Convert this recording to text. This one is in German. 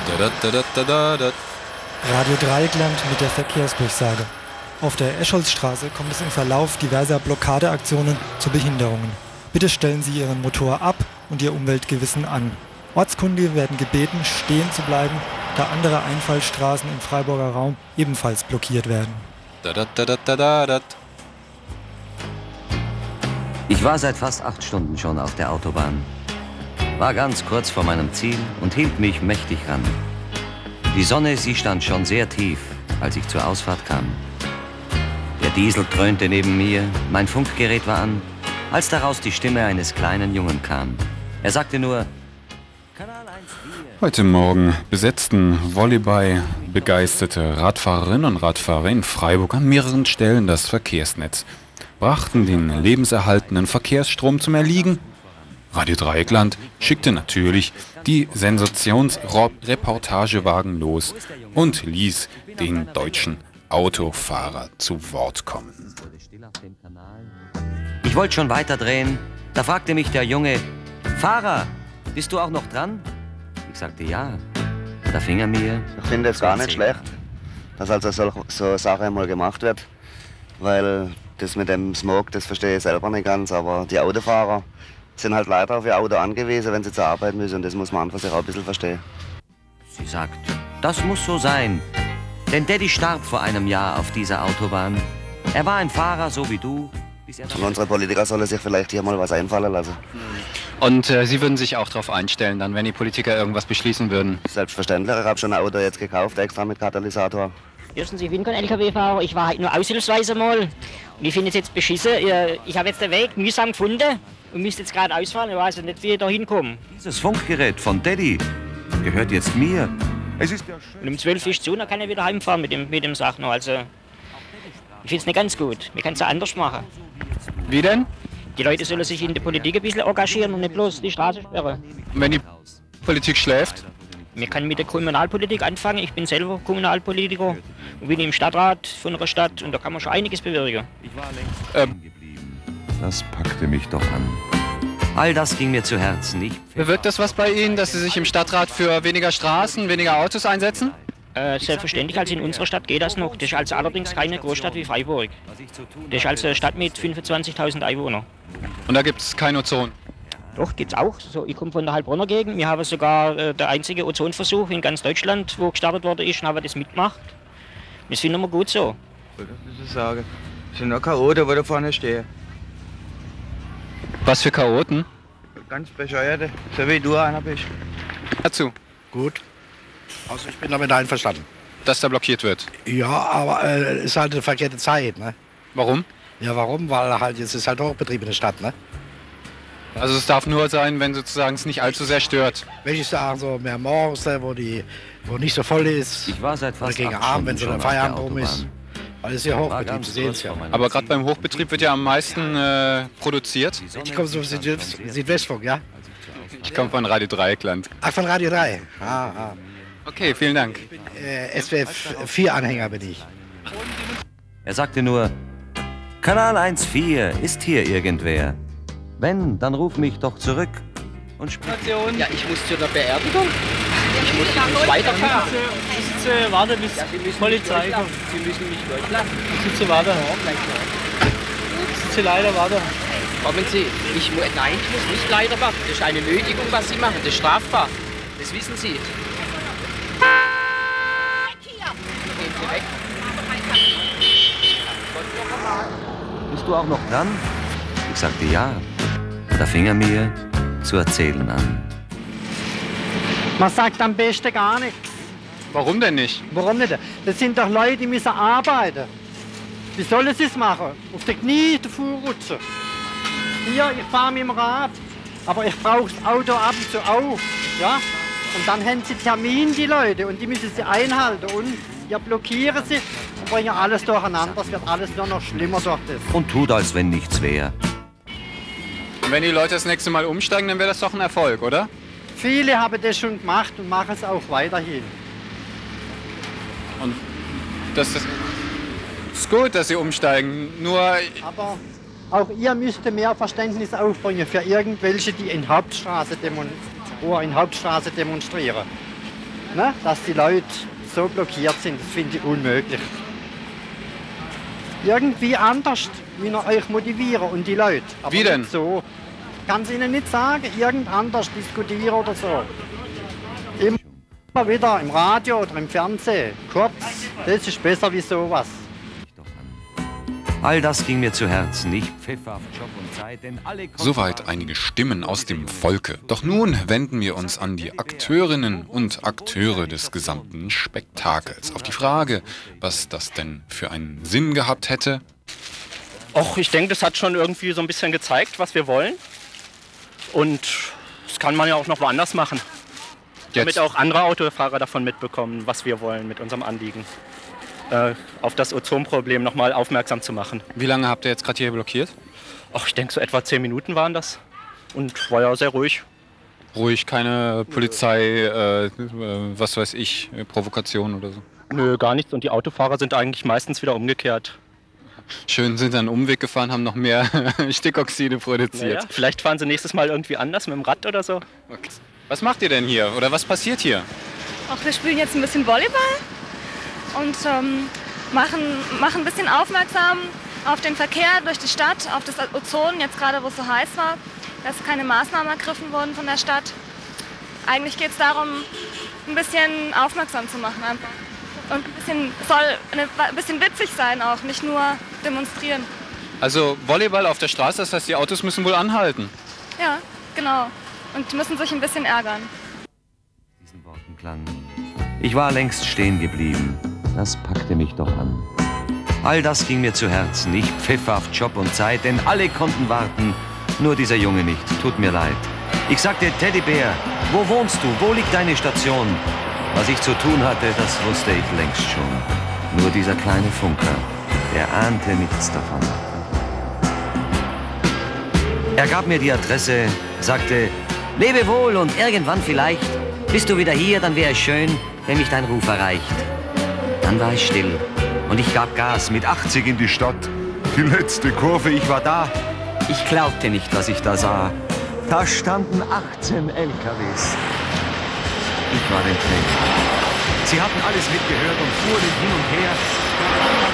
Da-da-da-da-da-da. Radio Dreieckland mit der Verkehrsdurchsage. Auf der Escholzstraße kommt es im Verlauf diverser Blockadeaktionen zu Behinderungen. Bitte stellen Sie Ihren Motor ab und Ihr Umweltgewissen an. Ortskundige werden gebeten, stehen zu bleiben, da andere Einfallstraßen im Freiburger Raum ebenfalls blockiert werden. Da-da-da-da-da-da. Ich war seit fast 8 Stunden schon auf der Autobahn. War ganz kurz vor meinem Ziel und hielt mich mächtig ran. Die Sonne, sie stand schon sehr tief, als ich zur Ausfahrt kam. Der Diesel dröhnte neben mir, mein Funkgerät war an, als daraus die Stimme eines kleinen Jungen kam. Er sagte nur: Kanal 1,4. Heute Morgen besetzten Volleyball-begeisterte Radfahrerinnen und Radfahrer in Freiburg an mehreren Stellen das Verkehrsnetz, brachten den lebenserhaltenden Verkehrsstrom zum Erliegen. Radio Dreieckland schickte natürlich die Sensationsreportagewagen los und ließ den deutschen Autofahrer zu Wort kommen. Ich wollte schon weiterdrehen, da fragte mich der Junge: Fahrer, bist du auch noch dran? Ich sagte ja. Da fing er mir. Ich finde es gar nicht schlecht, dass also so eine Sache mal gemacht wird, weil das mit dem Smog, das verstehe ich selber nicht ganz, aber die Autofahrer sind halt leider auf ihr Auto angewiesen, wenn sie zur Arbeit müssen, und das muss man einfach sich auch ein bisschen verstehen. Sie sagt, das muss so sein. Denn Daddy starb vor einem Jahr auf dieser Autobahn. Er war ein Fahrer, so wie du. Und unsere Politiker sollen sich vielleicht hier mal was einfallen lassen. Und Sie würden sich auch darauf einstellen, dann, wenn die Politiker irgendwas beschließen würden? Selbstverständlich, ich habe schon ein Auto jetzt gekauft, extra mit Katalysator. Erstens, ich bin kein LKW-Fahrer, ich war halt nur aushilfsweise mal. Und ich finde es jetzt beschissen. Ich habe jetzt den Weg mühsam gefunden und müsste jetzt gerade ausfahren. Ich weiß also nicht, wie ich da hinkomme. Dieses Funkgerät von Daddy gehört jetzt mir. Es ist ja schön. Und um 12 Uhr ist zu, dann kann ich wieder heimfahren mit dem Sachen. Also, ich finde es nicht ganz gut. Wir können es ja anders machen. Wie denn? Die Leute sollen sich in der Politik ein bisschen engagieren und nicht bloß die Straße sperren. Und wenn die Politik schläft? Wir können mit der Kommunalpolitik anfangen. Ich bin selber Kommunalpolitiker und bin im Stadtrat von einer Stadt und da kann man schon einiges bewirken. Das packte mich doch an. All das ging mir zu Herzen. Bewirkt das was bei Ihnen, dass Sie sich im Stadtrat für weniger Straßen, weniger Autos einsetzen? Selbstverständlich, also in unserer Stadt geht das noch. Das ist also allerdings keine Großstadt wie Freiburg. Das ist also eine Stadt mit 25.000 Einwohnern. Und da gibt es keine Ozon? Doch, gibt's auch. So, ich komme von der Heilbronner Gegend. Wir haben sogar der einzige Ozonversuch in ganz Deutschland, wo gestartet worden ist, und haben das mitgemacht. Das finden wir gut so. Das muss ich sagen. Das sind nur Chaoten, die da vorne stehen. Was für Chaoten? Ganz bescheuerte, so wie du einer bist. Dazu, Gut. Also ich bin damit einverstanden. dass da blockiert wird. Ja, aber es ist halt eine verkehrte Zeit, ne? Warum? Ja, warum? Weil halt jetzt ist halt hochbetriebene Stadt, ne? Also es darf nur sein, wenn sozusagen es nicht allzu sehr stört. Wenn ich sage, so mehr morgens, wo nicht so voll ist. Ich war seit Oder fast gegen 8 Abend, wenn so Stunden der schon auf der Feierabend rum ist. Autobahn. Weil es ist ja War Hochbetrieb, ganz Sie sehen es kurz ja. vor meinem Aber gerade beim Hochbetrieb wird ja am meisten produziert. Ich komme so Südwestfunk, ja? Ich komme von Radio Dreieckland. Ach, von Radio 3. Ah. Okay, vielen Dank. SWF 4 Anhänger bin ich. Er sagte nur, Kanal 1,4, ist hier irgendwer? Wenn, dann ruf mich doch zurück und sprich. Ja, ich muss zu der Beerdigung. Ich muss weiterfahren. Ich sitze, warte bis die Polizei kommt. Sie müssen mich durchlassen. Ich sitze, warte. Ich sitze leider, warte. Kommen Sie. Nein, ich muss nicht leider warten. Das ist eine Nötigung, was Sie machen. Das ist strafbar. Das wissen Sie. Gehen Sie weg. Bist du auch noch dran? Ich sagte ja. Da fing er mir zu erzählen an. Man sagt am besten gar nichts. Warum denn nicht? Warum nicht? Das sind doch Leute, die müssen arbeiten. Wie sollen sie es machen? Auf den Knie davor rutschen. Hier, ich fahre mit dem Rad, aber ich brauche das Auto ab und zu auch. Ja? Und dann haben sie Termin, die Leute, und die müssen sie einhalten. Und ja, blockieren sie und bringen alles durcheinander. Es wird alles nur noch schlimmer durch das. Und tut, als wenn nichts wäre. Und wenn die Leute das nächste Mal umsteigen, dann wäre das doch ein Erfolg, oder? Viele haben das schon gemacht und machen es auch weiterhin. Und das ist gut, dass sie umsteigen. Nur Aber auch ihr müsst mehr Verständnis aufbringen für irgendwelche, die in Hauptstraße demonstrieren. ne, dass die Leute so blockiert sind. Das finde ich unmöglich. Irgendwie anders, wie ihr euch motivieren und die Leute. Aber Wie denn? Nicht so. Ich kann es Ihnen nicht sagen, irgend anders diskutieren oder so. Immer wieder im Radio oder im Fernsehen. Kurz, das ist besser wie sowas. All das ging mir zu Herzen. Ich pfiff auf Job und Zeit, denn alle konnten Soweit einige Stimmen aus dem Volke. Doch nun wenden wir uns an die Akteurinnen und Akteure des gesamten Spektakels. Auf die Frage, was das denn für einen Sinn gehabt hätte. Och, ich denke, das hat schon irgendwie so ein bisschen gezeigt, was wir wollen. Und das kann man ja auch noch woanders machen. Damit auch andere Autofahrer davon mitbekommen, was wir wollen mit unserem Anliegen. Auf das Ozonproblem nochmal aufmerksam zu machen. Wie lange habt ihr jetzt gerade hier blockiert? Ach, ich denke, so etwa 10 Minuten waren das. Und war ja sehr ruhig. Ruhig, keine Polizei, was weiß ich, Provokation oder so? Nö, gar nichts. Und die Autofahrer sind eigentlich meistens wieder umgekehrt. Schön, sind einen Umweg gefahren, haben noch mehr Stickoxide produziert. Naja, vielleicht fahren sie nächstes Mal irgendwie anders mit dem Rad oder so. Okay. Was macht ihr denn hier? Oder was passiert hier? Ach, wir spielen jetzt ein bisschen Volleyball und machen ein bisschen aufmerksam auf den Verkehr durch die Stadt, auf das Ozon, jetzt gerade wo es so heiß war, dass keine Maßnahmen ergriffen wurden von der Stadt. Eigentlich geht es darum, ein bisschen aufmerksam zu machen einfach. Und ein bisschen witzig sein auch, nicht nur demonstrieren. Also Volleyball auf der Straße, das heißt, die Autos müssen wohl anhalten. Ja, genau. Und müssen sich ein bisschen ärgern. Diesen Worten klang. Ich war längst stehen geblieben. Das packte mich doch an. All das ging mir zu Herzen. Ich pfiff auf Job und Zeit, denn alle konnten warten. Nur dieser Junge nicht. Tut mir leid. Ich sagte, Teddybär, wo wohnst du? Wo liegt deine Station? Was ich zu tun hatte, das wusste ich längst schon. Nur dieser kleine Funker, der ahnte nichts davon. Er gab mir die Adresse, sagte, lebe wohl und irgendwann vielleicht. Bist du wieder hier, dann wäre es schön, wenn mich dein Ruf erreicht. Dann war es still und ich gab Gas mit 80 in die Stadt. Die letzte Kurve, ich war da. Ich glaubte nicht, was ich da sah. Da standen 18 LKWs. Ich war den Tränen. Sie hatten alles mitgehört und fuhren hin und her.